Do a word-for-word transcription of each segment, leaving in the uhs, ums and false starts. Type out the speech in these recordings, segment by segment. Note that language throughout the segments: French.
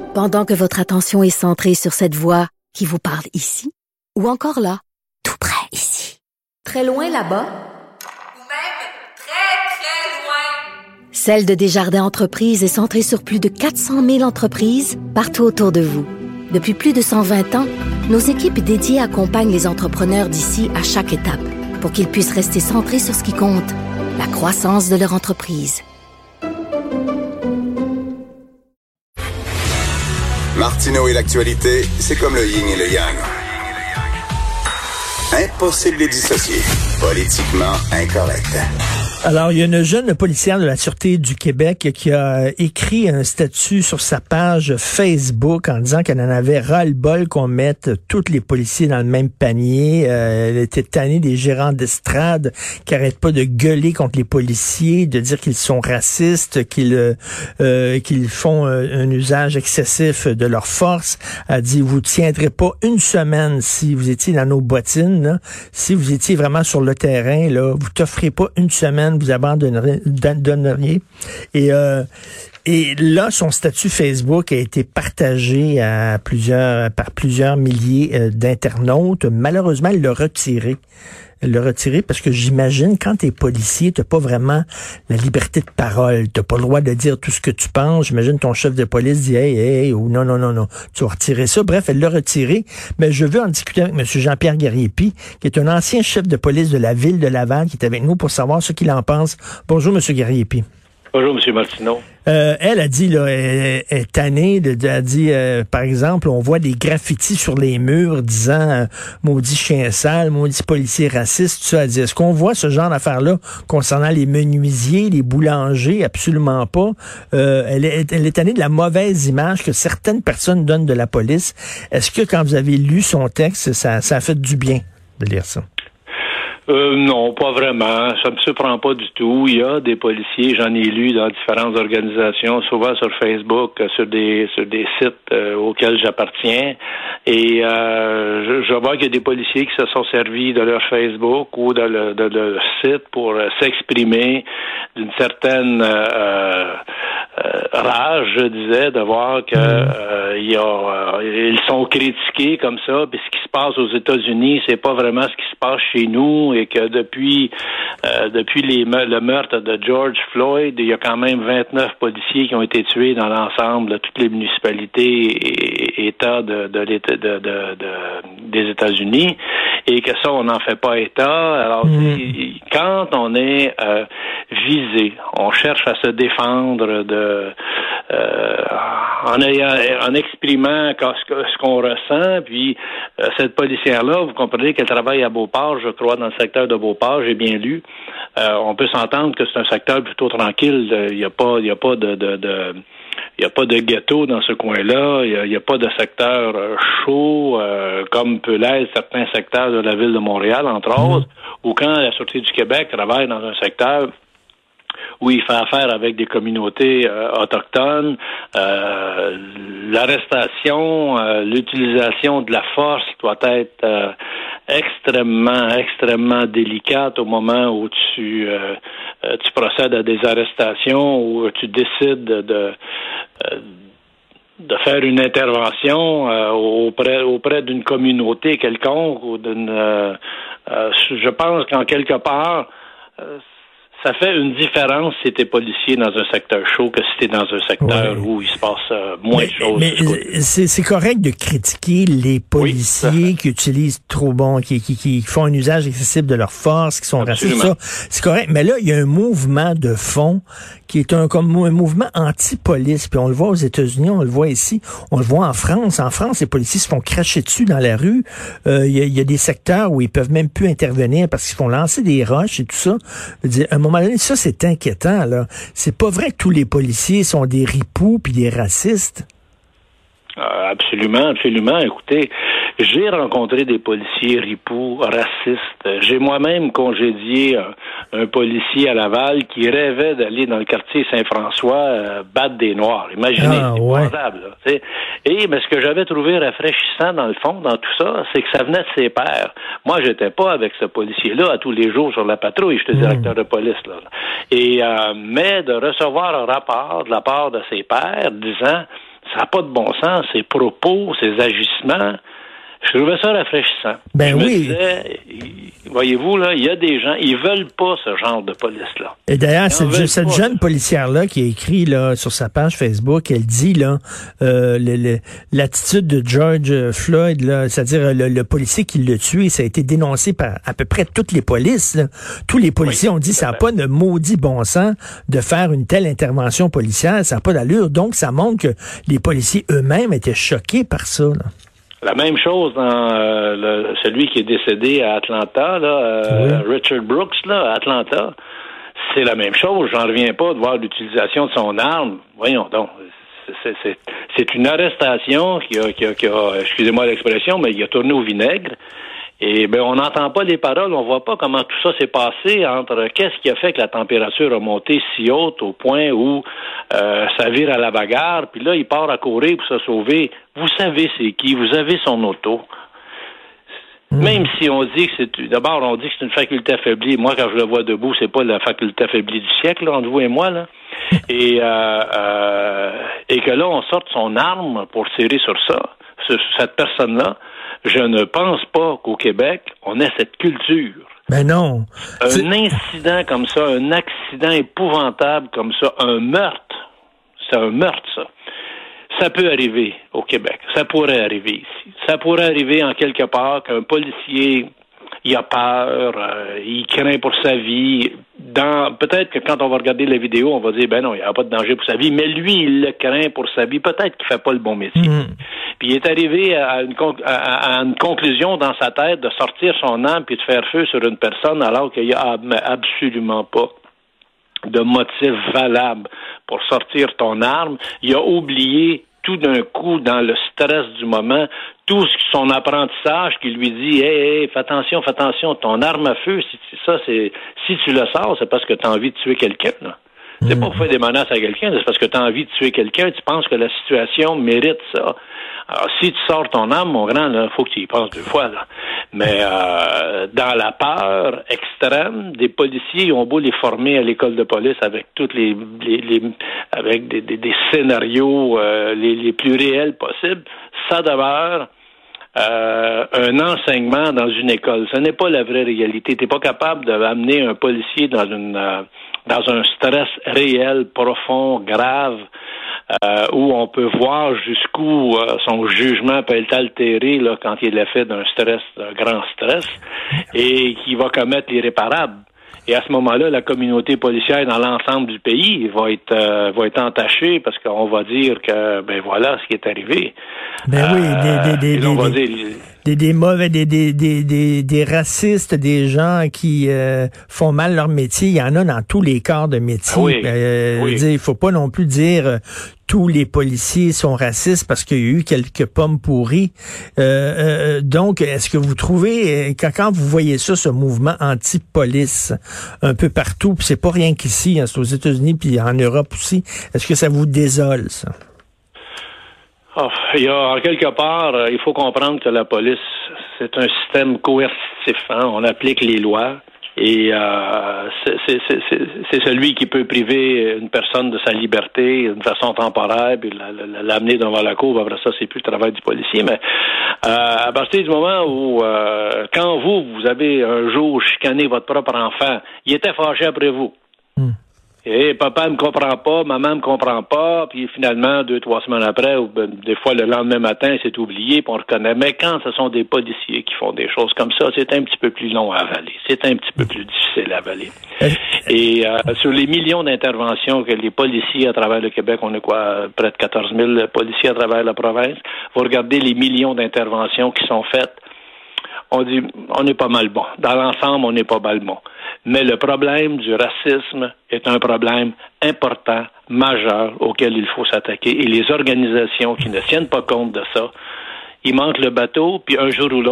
Pendant que votre attention est centrée sur cette voix qui vous parle ici, ou encore là, tout près ici, très loin là-bas, ou même très, très loin, Celle de Desjardins Entreprises est centrée sur plus de quatre cent mille entreprises partout autour de vous. Depuis plus de cent vingt ans, nos équipes dédiées accompagnent les entrepreneurs d'ici à chaque étape pour qu'ils puissent rester centrés sur ce qui compte, la croissance de leur entreprise. Martineau et l'actualité, c'est comme le yin et le yang. Impossible de les dissocier. Politiquement incorrect. Alors, il y a une jeune policière de la Sûreté du Québec qui a écrit un statut sur sa page Facebook en disant qu'elle en avait ras-le-bol qu'on mette tous les policiers dans le même panier. Euh, elle était tannée des gérants d'estrade qui n'arrêtent pas de gueuler contre les policiers, de dire qu'ils sont racistes, qu'ils euh, qu'ils font un, un usage excessif de leur force. Elle dit, vous tiendrez pas une semaine si vous étiez dans nos bottines, là. Si vous étiez vraiment sur le terrain, là, vous t'offrez pas une semaine, vous abandonneriez. Donneriez. Et, euh, et là, son statut Facebook a été partagé à plusieurs, par plusieurs milliers euh, d'internautes. Malheureusement, elle l'a retiré. Elle l'a retiré parce que j'imagine, quand t'es policier, t'as pas vraiment la liberté de parole. T'as pas le droit de dire tout ce que tu penses. J'imagine ton chef de police dit « Hey, hey, ou non, non, non, non, tu vas retirer ça. » Bref, elle l'a retiré. Mais je veux en discuter avec M. Jean-Pierre Gariepi, qui est un ancien chef de police de la ville de Laval, qui est avec nous pour savoir ce qu'il en pense. Bonjour, M. Gariepi. Bonjour, M. Martineau. Euh, elle a dit, là, elle, elle est tannée, de, de, elle a dit, euh, par exemple, on voit des graffitis sur les murs disant euh, maudit chien sale, maudit policier raciste, tout ça. Elle dit, est-ce qu'on voit ce genre d'affaires-là concernant les menuisiers, les boulangers? Absolument pas. Euh, elle, est, elle est tannée de la mauvaise image que certaines personnes donnent de la police. Est-ce que quand vous avez lu son texte, ça, ça a fait du bien de lire ça? Euh, non, pas vraiment. Ça me surprend pas du tout. Il y a des policiers, j'en ai lu dans différentes organisations, souvent sur Facebook, sur des sur des sites euh, auxquels j'appartiens. Et euh, je, je vois qu'il y a des policiers qui se sont servis de leur Facebook ou de, le, de leur site pour euh, s'exprimer d'une certaine euh, euh, rage, je disais, de voir que euh, il y a, euh, ils sont critiqués comme ça. Puis ce qui se passe aux États-Unis, c'est pas vraiment ce qui se passe chez nous. Et que depuis euh, depuis les me- le meurtre de George Floyd, il y a quand même vingt-neuf policiers qui ont été tués dans l'ensemble de toutes les municipalités et, et États de, de, l'État, de, de, de des États-Unis, et que ça, on n'en fait pas État. Alors, mmh. quand on est euh, visé, on cherche à se défendre de euh, en ayant en exprimant ce, ce qu'on ressent, puis euh, cette policière-là, vous comprenez qu'elle travaille à Beauport, je crois, dans le secteur de Beauport, j'ai bien lu. Euh, on peut s'entendre que c'est un secteur plutôt tranquille. Il n'y a pas, il y a pas de, de, de il n'y a pas de ghetto dans ce coin-là. Il n'y a, a pas de secteur euh, chaud euh, comme peut l'être certains secteurs de la ville de Montréal, entre mmh. autres, ou quand la Sûreté du Québec travaille dans un secteur où il fait affaire avec des communautés euh, autochtones, euh, l'arrestation, euh, l'utilisation de la force doit être euh, extrêmement, extrêmement délicate au moment où tu euh, tu procèdes à des arrestations, où tu décides de, de de faire une intervention euh, auprès auprès d'une communauté quelconque ou d'une euh, euh, je pense qu'en quelque part euh, ça fait une différence si t'es policier dans un secteur chaud que si t'es dans un secteur oui. où il se passe euh, moins mais, de choses. Mais c'est, c'est correct de critiquer les policiers oui, qui utilisent trop bon, qui, qui, qui font un usage excessif de leur force, qui sont racistes, ça. C'est correct. Mais là, il y a un mouvement de fond qui est un, comme un mouvement anti-police. Puis on le voit aux États-Unis, on le voit ici, on le voit en France. En France, les policiers se font cracher dessus dans la rue. Euh, il y, a, il y a des secteurs où ils peuvent même plus intervenir parce qu'ils font lancer des roches et tout ça. Je veux dire, à un moment donné, ça, c'est inquiétant, là. C'est pas vrai que tous les policiers sont des ripoux puis des racistes. Euh, absolument, absolument. Écoutez, j'ai rencontré des policiers ripoux, racistes. J'ai moi-même congédié un, un policier à Laval qui rêvait d'aller dans le quartier Saint-François euh, battre des Noirs. Imaginez, ah, c'est ouais. épouvantable. Là, et mais ce que j'avais trouvé rafraîchissant dans le fond, dans tout ça, c'est que ça venait de ses pairs. Moi, j'étais pas avec ce policier-là à tous les jours sur la patrouille. J'étais mmh. directeur de police. Là. Et euh, mais de recevoir un rapport de la part de ses pairs disant ça n'a pas de bon sens, ses propos, ses agissements. Je trouvais ça rafraîchissant. Ben je me oui. disais, voyez-vous, là, il y a des gens, ils veulent pas ce genre de police-là. Et d'ailleurs, cette, veulent cette pas, jeune policière-là qui a écrit là sur sa page Facebook, elle dit là euh, le, le, l'attitude de George Floyd, là, c'est-à-dire le, le policier qui l'a tué, ça a été dénoncé par à peu près toutes les polices. Là. Tous les policiers oui, ont dit ça n'a pas de maudit bon sens de faire une telle intervention policière, ça n'a pas d'allure. Donc, ça montre que les policiers eux-mêmes étaient choqués par ça. Là. La même chose dans euh, le, celui qui est décédé à Atlanta, là, euh, oui. Richard Brooks, là, à Atlanta. C'est la même chose. J'en reviens pas de voir l'utilisation de son arme. Voyons donc. C'est, c'est, c'est une arrestation qui a, qui a, qui a, excusez-moi l'expression, mais il a tourné au vinaigre. Et ben on n'entend pas les paroles, on voit pas comment tout ça s'est passé entre qu'est-ce qui a fait que la température a monté si haute au point où euh, ça vire à la bagarre, puis là il part à courir pour se sauver. Vous savez c'est qui, vous avez son auto. Mmh. Même si on dit que c'est d'abord on dit que c'est une faculté affaiblie. Moi quand je le vois debout, c'est pas la faculté affaiblie du siècle là, entre vous et moi là. Et euh, euh, et que là on sorte son arme pour tirer sur ça, sur cette personne-là. Je ne pense pas qu'au Québec, on ait cette culture. Ben non. Un C'est... incident comme ça, un accident épouvantable comme ça, un meurtre, c'est un meurtre, ça. Ça peut arriver au Québec. Ça pourrait arriver ici. Ça pourrait arriver en quelque part qu'un policier, il a peur, euh, il craint pour sa vie. Dans, peut-être que quand on va regarder la vidéo, on va dire, ben non, il n'y a pas de danger pour sa vie, mais lui, il le craint pour sa vie. Peut-être qu'il fait pas le bon métier. Mmh. Puis il est arrivé à une, à, à une conclusion dans sa tête de sortir son arme puis de faire feu sur une personne alors qu'il n'y a absolument pas de motif valable pour sortir ton arme. Il a oublié tout d'un coup, dans le stress du moment, tout son apprentissage qui lui dit « Hey, hey, fais attention, fais attention, ton arme à feu, si, ça, c'est, si tu le sors, c'est parce que tu as envie de tuer quelqu'un. Là. C'est mmh. pas pour faire des menaces à quelqu'un, c'est parce que tu as envie de tuer quelqu'un, tu penses que la situation mérite ça. Alors, si tu sors ton arme, mon grand, il faut que tu y penses deux fois. Là. Mais euh, dans la peur extrême, des policiers ont beau les former à l'école de police avec toutes les, les, les avec des, des, des scénarios euh, les, les plus réels possibles, ça demeure euh, un enseignement dans une école. Ce n'est pas la vraie réalité. Tu n'es pas capable d'amener un policier dans une euh, dans un stress réel, profond, grave, Euh, où on peut voir jusqu'où euh, son jugement peut être altéré là, quand il est fait d'un stress, d'un grand stress, et qui va commettre l'irréparable. Et à ce moment-là, la communauté policière dans l'ensemble du pays va être euh, va être entachée parce qu'on va dire que ben voilà ce qui est arrivé. Ben euh, oui, des des des, des, des, dire, des des mauvais des des des des, des racistes, des gens qui euh, font mal leur métier, il y en a dans tous les corps de métier. Oui, euh, oui. Il faut pas non plus dire euh, tous les policiers sont racistes parce qu'il y a eu quelques pommes pourries. Euh, euh, donc, est-ce que vous trouvez, quand, quand vous voyez ça, ce mouvement anti-police un peu partout, puis c'est pas rien qu'ici, hein, c'est aux États-Unis puis en Europe aussi, est-ce que ça vous désole, ça? Oh, il y a, en quelque part, euh, il faut comprendre que la police, c'est un système coercitif. Hein? On applique les lois. Et euh, c'est, c'est, c'est, c'est celui qui peut priver une personne de sa liberté d'une façon temporaire, puis la, la, l'amener devant la cour. Après ça, c'est plus le travail du policier. Mais euh, à partir du moment où, euh, quand vous, vous avez un jour chicané votre propre enfant, il était fâché après vous. Mm. Et papa me comprend pas, maman me comprend pas, puis finalement, deux, trois semaines après, ou ben, des fois le lendemain matin, c'est oublié, puis on reconnaît. Mais quand ce sont des policiers qui font des choses comme ça, c'est un petit peu plus long à avaler. C'est un petit peu plus difficile à avaler. Et euh, sur les millions d'interventions que les policiers à travers le Québec, on est quoi, près de quatorze mille policiers à travers la province, vous regardez les millions d'interventions qui sont faites, on dit, on est pas mal bon. Dans l'ensemble, on est pas mal bon. Mais le problème du racisme est un problème important, majeur, auquel il faut s'attaquer. Et les organisations qui ne tiennent pas compte de ça, ils manquent le bateau, puis un jour ou l'autre,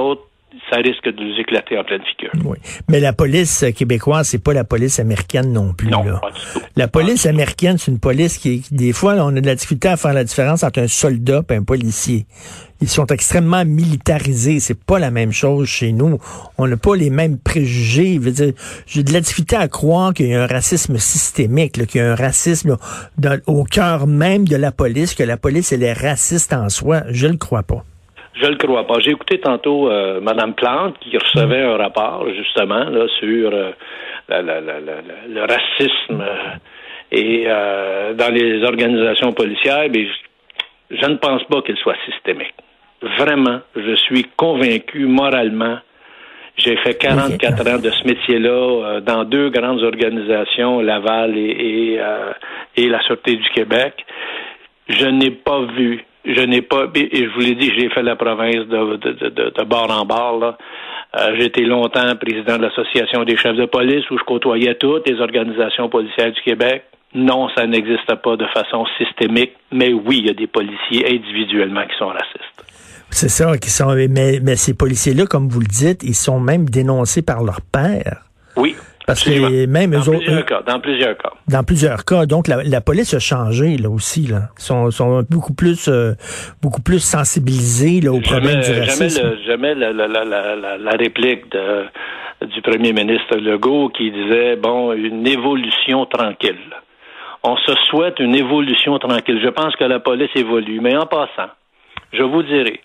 ça risque de nous éclater en pleine figure. Oui. Mais la police québécoise, c'est pas la police américaine non plus. Non, là. pas du tout. La police américaine, c'est une police qui, qui, des fois, là, on a de la difficulté à faire la différence entre un soldat et un policier. Ils sont extrêmement militarisés. C'est pas la même chose chez nous. On n'a pas les mêmes préjugés. Je veux dire, j'ai de la difficulté à croire qu'il y a un racisme systémique, là, qu'il y a un racisme là, dans, au cœur même de la police, que la police, elle est raciste en soi. Je le crois pas. Je le crois pas. J'ai écouté tantôt euh, Mme Plante qui recevait un rapport, justement, là, sur euh, la, la, la, la, le racisme euh, et euh, dans les organisations policières. Mais je, je ne pense pas qu'il soit systémique. Vraiment, je suis convaincu moralement. J'ai fait quarante-quatre ans de ce métier-là euh, dans deux grandes organisations, Laval et, et, euh, et la Sûreté du Québec. Je n'ai pas vu Je n'ai pas, et je vous l'ai dit, j'ai fait la province de, de, de, de, de bord en bord, là. Euh, j'ai été longtemps président de l'Association des chefs de police où je côtoyais toutes les organisations policières du Québec. Non, ça n'existe pas de façon systémique, mais oui, il y a des policiers individuellement qui sont racistes. C'est ça, qui sont, mais, mais ces policiers-là, comme vous le dites, ils sont même dénoncés par leur père. Oui. Parce absolument. que même dans eux plusieurs autres, cas, dans plusieurs cas. Dans plusieurs cas. Donc, la, la police a changé, là, aussi, là. Ils sont, sont beaucoup plus, euh, beaucoup plus sensibilisés, là, au problème du racisme. Jamais, le, jamais la, la, la, la, la réplique de, du premier ministre Legault qui disait, bon, une évolution tranquille. On se souhaite une évolution tranquille. Je pense que la police évolue. Mais en passant, je vous dirai,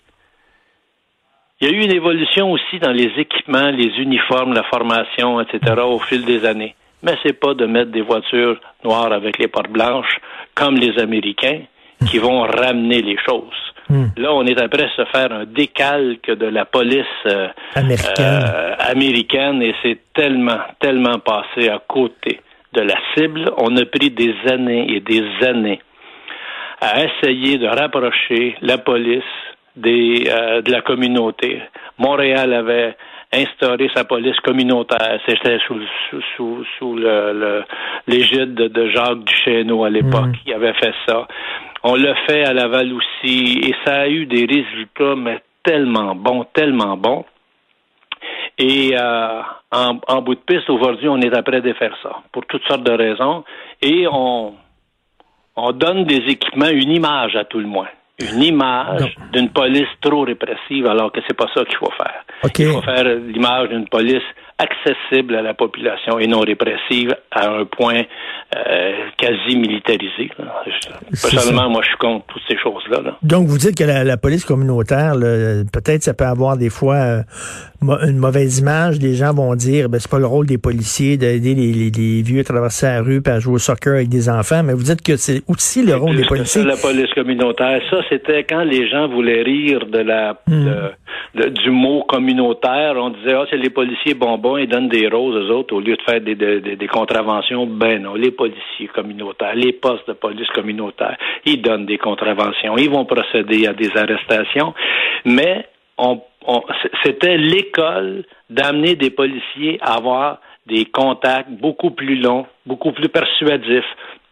il y a eu une évolution aussi dans les équipements, les uniformes, la formation, et cetera au fil des années. Mais c'est pas de mettre des voitures noires avec les portes blanches comme les Américains qui vont ramener les choses. Mm. Là, on est après se faire un décalque de la police euh, américaine. Euh, américaine et c'est tellement, tellement passé à côté de la cible. On a pris des années et des années à essayer de rapprocher la police Des, euh, de la communauté. Montréal avait instauré sa police communautaire. C'était sous, sous, sous, sous le, le, l'égide de, de Jacques Duchesneau à l'époque. Mmh. Il avait fait ça. On l'a fait à Laval aussi et ça a eu des résultats mais tellement bons, tellement bons. Et euh, en, en bout de piste, aujourd'hui, on est après de faire ça pour toutes sortes de raisons. Et on, on donne des équipements, une image à tout le moins. Une image non. d'une police trop répressive, alors que c'est pas ça qu'il faut faire. Okay. Il faut faire l'image d'une police accessible à la population et non répressive à un point euh, quasi militarisé. Personnellement, moi, je suis contre toutes ces choses-là. Là. Donc, vous dites que la, la police communautaire, là, peut-être ça peut avoir des fois euh, une mauvaise image. Les gens vont dire, ben c'est pas le rôle des policiers d'aider les, les, les vieux à traverser la rue et à jouer au soccer avec des enfants, mais vous dites que c'est aussi le rôle des policiers. Ça, la police communautaire, ça, c'était quand les gens voulaient rire de la mm. de, de, du mot communautaire. On disait, ah, oh, c'est les policiers bonbons, ils donnent des roses aux autres au lieu de faire des, des, des, des contraventions. Ben non, les policiers communautaires, les postes de police communautaire, ils donnent des contraventions. Ils vont procéder à des arrestations. Mais on, on c'était l'école d'amener des policiers à avoir des contacts beaucoup plus longs, beaucoup plus persuasifs.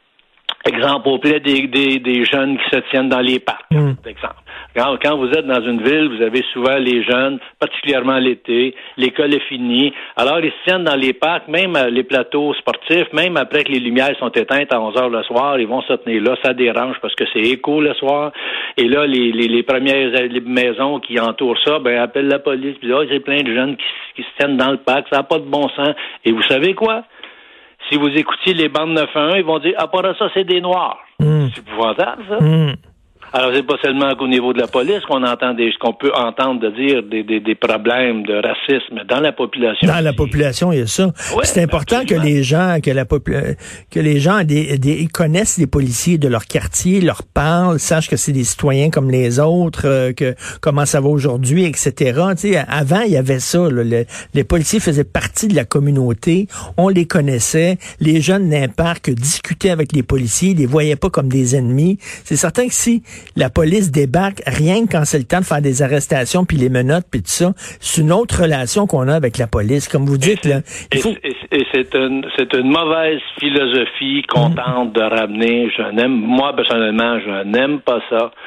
Exemple, auprès des, des, des jeunes qui se tiennent dans les parcs, mmh. par exemple. Quand, quand vous êtes dans une ville, vous avez souvent les jeunes, particulièrement l'été, l'école est finie. Alors, ils se tiennent dans les parcs, même les plateaux sportifs, même après que les lumières sont éteintes à onze heures le soir, ils vont se tenir là. Ça dérange parce que c'est écho le soir. Et là, les, les, les premières les maisons qui entourent ça, ben, appellent la police. Puis là, oh, c'est plein de jeunes qui, qui se tiennent dans le parc. Ça n'a pas de bon sens. Et vous savez quoi? Si vous écoutiez les bandes neuf un un, ils vont dire, ah, pas ça, c'est des Noirs. Mm. C'est épouvantable, ça. Mm. Alors, c'est pas seulement qu'au niveau de la police qu'on entend des, qu'on peut entendre de dire des, des, des problèmes de racisme dans la population. Dans la population, il y a ça. Ouais, c'est important absolument. que les gens, que la population, que les gens des, des, connaissent les policiers de leur quartier, leur parlent, sachent que c'est des citoyens comme les autres, euh, que comment ça va aujourd'hui, et cetera. Tu sais, avant, il y avait ça. Là, le, les policiers faisaient partie de la communauté. On les connaissait. Les jeunes d'un parc discutaient avec les policiers, ils les voyaient pas comme des ennemis. C'est certain que si la police débarque rien que quand c'est le temps de faire des arrestations puis les menottes puis tout ça, c'est une autre relation qu'on a avec la police. Comme vous dites, là, il faut... Et, et c'est une, c'est une mauvaise philosophie qu'on mmh. tente de ramener. Je n'aime, moi, personnellement, je n'aime pas ça.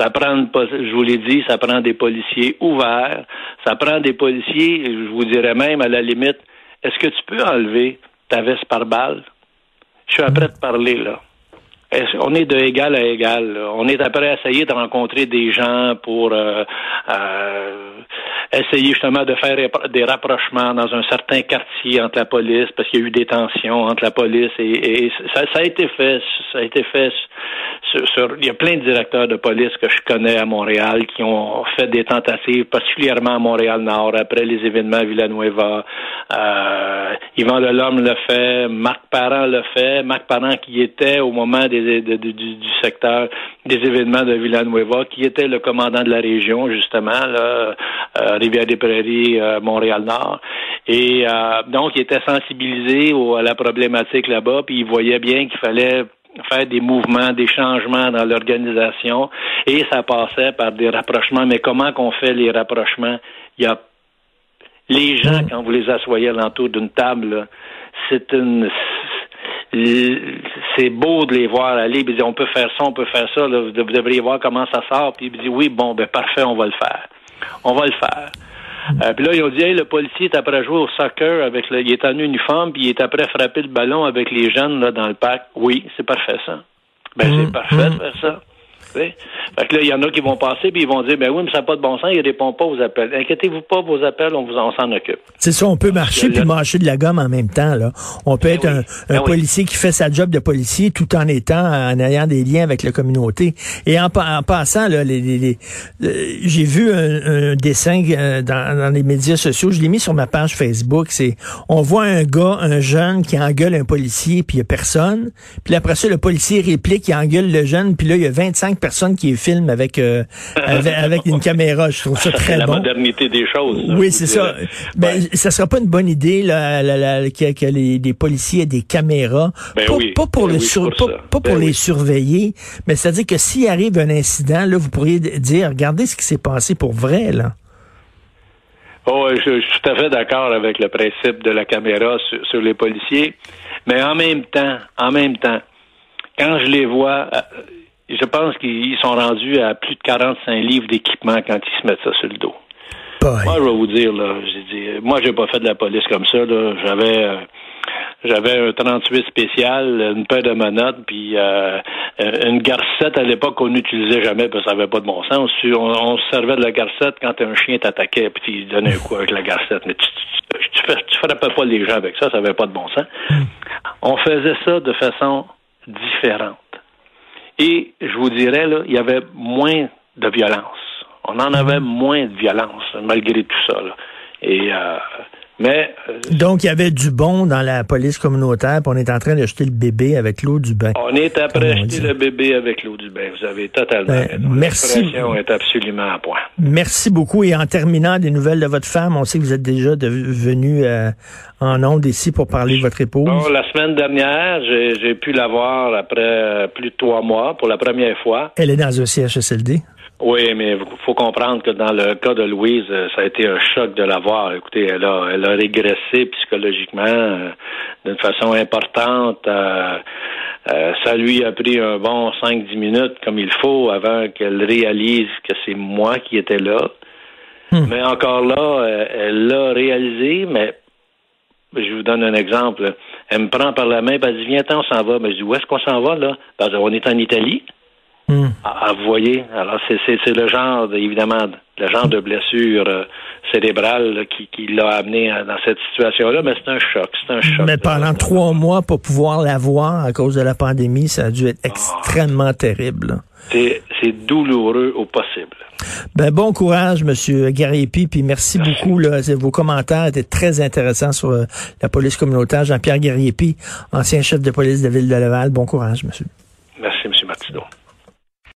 Ça prend, une, je vous l'ai dit, ça prend des policiers ouverts. Ça prend des policiers, je vous dirais même, à la limite, est-ce que tu peux enlever ta veste par balle? Je suis après de parler, là. Est-ce, on est de égal à égal, là. On est après à essayer de rencontrer des gens pour euh, euh, essayer justement de faire des rapprochements dans un certain quartier entre la police, parce qu'il y a eu des tensions entre la police et, et ça, ça a été fait, ça a été fait sur, sur, il y a plein de directeurs de police que je connais à Montréal qui ont fait des tentatives, particulièrement à Montréal-Nord, après les événements à Villanueva. Euh, Yvan Delorme le fait, Marc Parent le fait, Marc Parent qui était au moment des De, de, du, du secteur des événements de Villanueva, qui était le commandant de la région, justement, là, euh, Rivière-des-Prairies, euh, Montréal-Nord. Et euh, donc, il était sensibilisé au, à la problématique là-bas, puis il voyait bien qu'il fallait faire des mouvements, des changements dans l'organisation, et ça passait par des rapprochements. Mais comment qu'on fait les rapprochements? Il y a les gens, quand vous les assoyez alentour d'une table, là, c'est une... c'est beau de les voir aller, il dit on peut faire ça, on peut faire ça, là, vous devriez voir comment ça sort, puis il dit oui, bon, ben parfait, on va le faire. On va le faire. Euh, puis là, ils ont dit, hey, le policier est après jouer au soccer avec le, il est en uniforme, puis il est après frapper le ballon avec les jeunes là dans le parc. Oui, c'est parfait ça. Ben mmh, c'est parfait de faire ça. Fait que là, il y en a qui vont passer puis ils vont dire, ben oui, mais ça n'a pas de bon sens, il répond pas aux appels. Inquiétez-vous pas, vos appels, on vous en s'en occupe. C'est ça, on peut marcher puis mâcher de la gomme en même temps, là. On peut ben être oui, un, un ben policier oui. qui fait sa job de policier tout en étant, en ayant des liens avec la communauté. Et en, en passant, là, les, les, les, les j'ai vu un, un dessin euh, dans, dans les médias sociaux, je l'ai mis sur ma page Facebook, c'est, on voit un gars, un jeune qui engueule un policier puis il y a personne. Puis après ça, le policier réplique, il engueule le jeune puis là, il y a vingt-cinq personnes qui filment avec, euh, avec avec une caméra. Je trouve ça très la bon. La modernité des choses. Ça, oui, c'est ça. Ben, ouais. Ça sera pas une bonne idée là, la, la, que, que les, les policiers aient des caméras. Ben pas, oui. pas pour, ben le oui, sur, pour pas, pas pour ben les oui. surveiller, mais c'est-à-dire que s'il arrive un incident, là, vous pourriez dire, regardez ce qui s'est passé pour vrai, là. Oh, je, je suis tout à fait d'accord avec le principe de la caméra sur, sur les policiers, mais en même temps, en même temps, quand je les vois, je pense qu'ils sont rendus à plus de quarante-cinq livres d'équipement quand ils se mettent ça sur le dos. Boy. Moi, je vais vous dire, là, j'ai dit, moi, j'ai pas fait de la police comme ça, là. J'avais, euh, j'avais un trente-huit spécial, une paire de menottes, puis euh, une garcette à l'époque qu'on n'utilisait jamais parce que ça avait pas de bon sens. On, on se servait de la garcette quand un chien t'attaquait, puis il donnait un coup avec la garcette. Mais tu, tu, tu, tu, tu frappais pas les gens avec ça, ça avait pas de bon sens. On faisait ça de façon différente. Et je vous dirais, là, il y avait moins de violence. On en avait moins de violence, malgré tout ça, là. Et, euh, mais... Euh, Donc, il y avait du bon dans la police communautaire, puis on est en train de jeter le bébé avec l'eau du bain. On est après jeter le bébé avec l'eau du bain. Vous avez totalement ben, raison. Merci. L'expression est absolument à point. Merci beaucoup. Et en terminant, des nouvelles de votre femme, on sait que vous êtes déjà venu euh, en ondes ici pour parler de votre épouse. Bon, la semaine dernière, j'ai, j'ai pu la voir après plus de trois mois, pour la première fois. Elle est dans un C H S L D? Oui, mais il faut comprendre que dans le cas de Louise, ça a été un choc de la voir. Écoutez, elle a, elle a régressé psychologiquement euh, d'une façon importante. Euh, euh, ça lui a pris un bon cinq dix minutes, comme il faut, avant qu'elle réalise que c'est moi qui étais là. Hmm. Mais encore là, elle l'a réalisé, mais je vous donne un exemple. Elle me prend par la main, elle dit, viens-t'en, on s'en va. Mais je dis, où est-ce qu'on s'en va, là? Parce qu'on est en Italie. Mm. Ah, vous voyez, alors c'est, c'est, c'est le genre, de, évidemment, le genre de blessure euh, cérébrale là, qui, qui l'a amené à, dans cette situation-là, mais c'est un choc, c'est un choc. Mais pendant trois mois, pour pouvoir la voir à cause de la pandémie, ça a dû être extrêmement oh. terrible. C'est, c'est douloureux au possible. Ben, bon courage, Monsieur Gariepi, puis merci, merci beaucoup. Là, vos commentaires étaient très intéressants sur euh, la police communautaire. Jean-Pierre Gariepi, ancien chef de police de la ville de Laval. Bon courage, monsieur. Merci, Monsieur Martineau.